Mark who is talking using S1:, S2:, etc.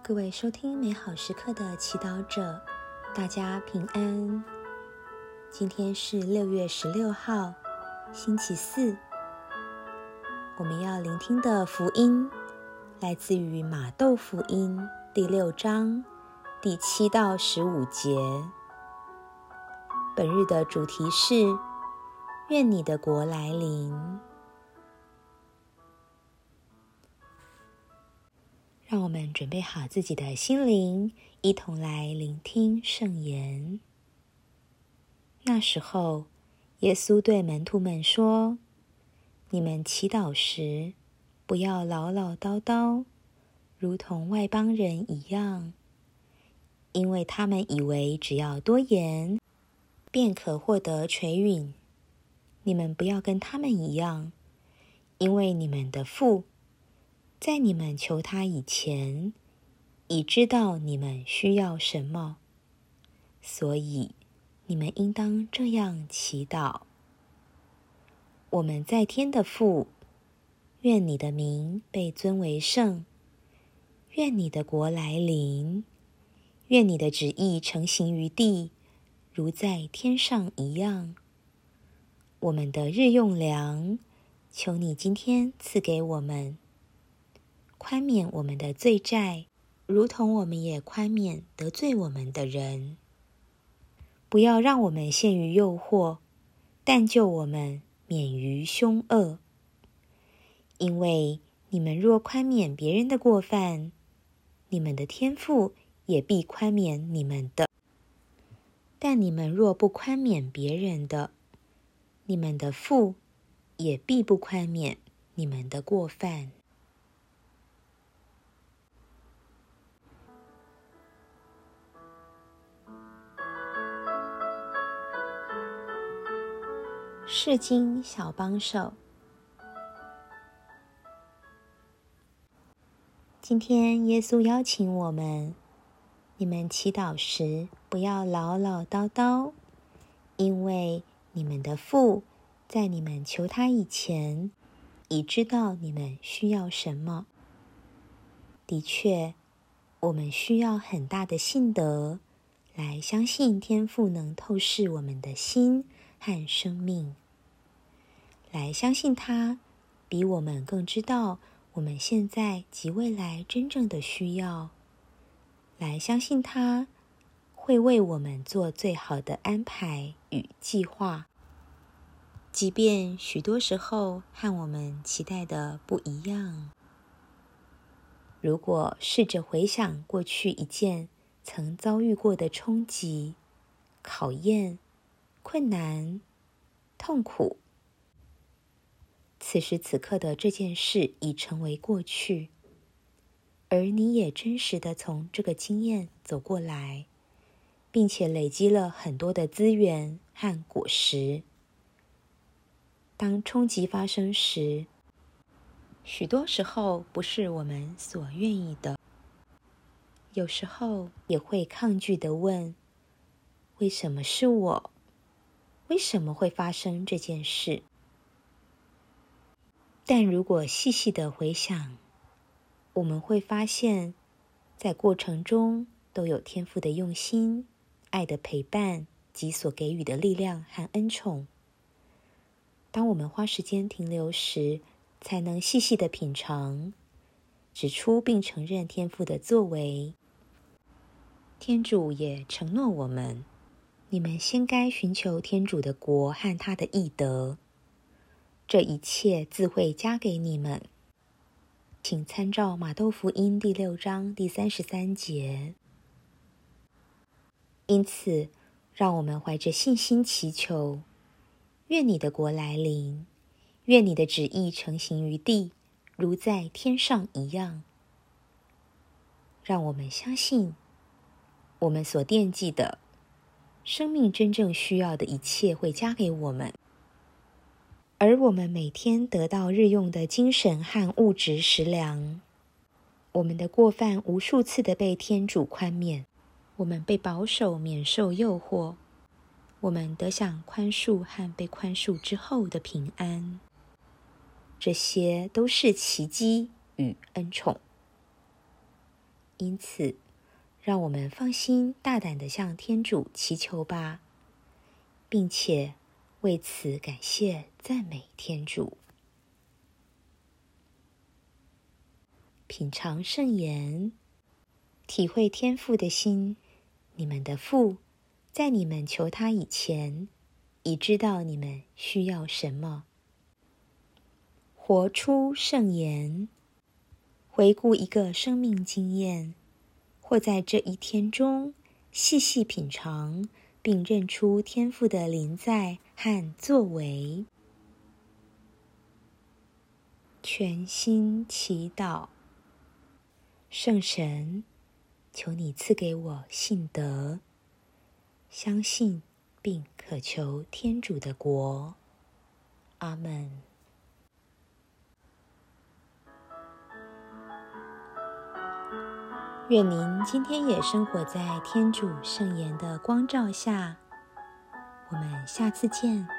S1: 各位收听美好时刻的祈祷者，大家平安。今天是6月16号，星期四。我们要聆听的福音来自于马窦福音第6章第7到15节。本日的主题是愿你的国来临。让我们准备好自己的心灵，一同来聆听圣言。那时候，耶稣对门徒们说：“你们祈祷时，不要唠唠叨叨，如同外邦人一样，因为他们以为只要多言，便可获得垂允。你们不要跟他们一样，因为你们的父在你们求他以前，已知道你们需要什么，所以你们应当这样祈祷：我们在天的父，愿你的名被尊为圣，愿你的国来临，愿你的旨意承行于地，如在天上一样。我们的日用粮，求你今天赐给我们。宽免我们的罪债，如同我们也宽免得罪我们的人。不要让我们陷于诱惑，但救我们免于凶恶。因为你们若宽免别人的过犯，你们的天父也必宽免你们的。但你们若不宽免别人的，你们的父也必不宽免你们的过犯。释经小帮手。今天耶稣邀请我们，你们祈祷时不要唠唠叨叨，因为你们的父在你们求他以前，已知道你们需要什么。的确，我们需要很大的信德，来相信天父能透视我们的心和生命，来相信他比我们更知道我们现在及未来真正的需要，来相信他会为我们做最好的安排与计划，即便许多时候和我们期待的不一样。如果试着回想过去一件曾遭遇过的冲击、考验、困难、痛苦，此时此刻的这件事已成为过去，而你也真实地从这个经验走过来，并且累积了很多的资源和果实。当冲击发生时，许多时候不是我们所愿意的，有时候也会抗拒地问：为什么是我？为什么会发生这件事？但如果细细地回想，我们会发现，在过程中都有天父的用心、爱的陪伴及所给予的力量和恩宠。当我们花时间停留时，才能细细地品尝，指出并承认天父的作为。天主也承诺我们，你们先该寻求天主的国和他的义德，这一切自会加给你们。请参照马窦福音第6章第33节。因此，让我们怀着信心祈求，愿你的国来临，愿你的旨意承行于地，如在天上一样。让我们相信，我们所惦记的，生命真正需要的一切会加给我们。而我们每天得到日用的精神和物质食粮，我们的过犯无数次的被天主宽免，我们被保守免受诱惑，我们得享宽恕和被宽恕之后的平安。这些都是奇迹与恩宠。 因此，让我们放心大胆地向天主祈求吧，并且为此感谢赞美天主。品尝圣言，体会天父的心。你们的父，在你们求他以前，已知道你们需要什么。活出圣言，回顾一个生命经验，或在这一天中细细品尝，并认出天父的临在和作为。全心祈祷。圣神，求你赐给我信德，相信并渴求天主的国。阿们。愿您今天也生活在天主圣言的光照下。我们下次见。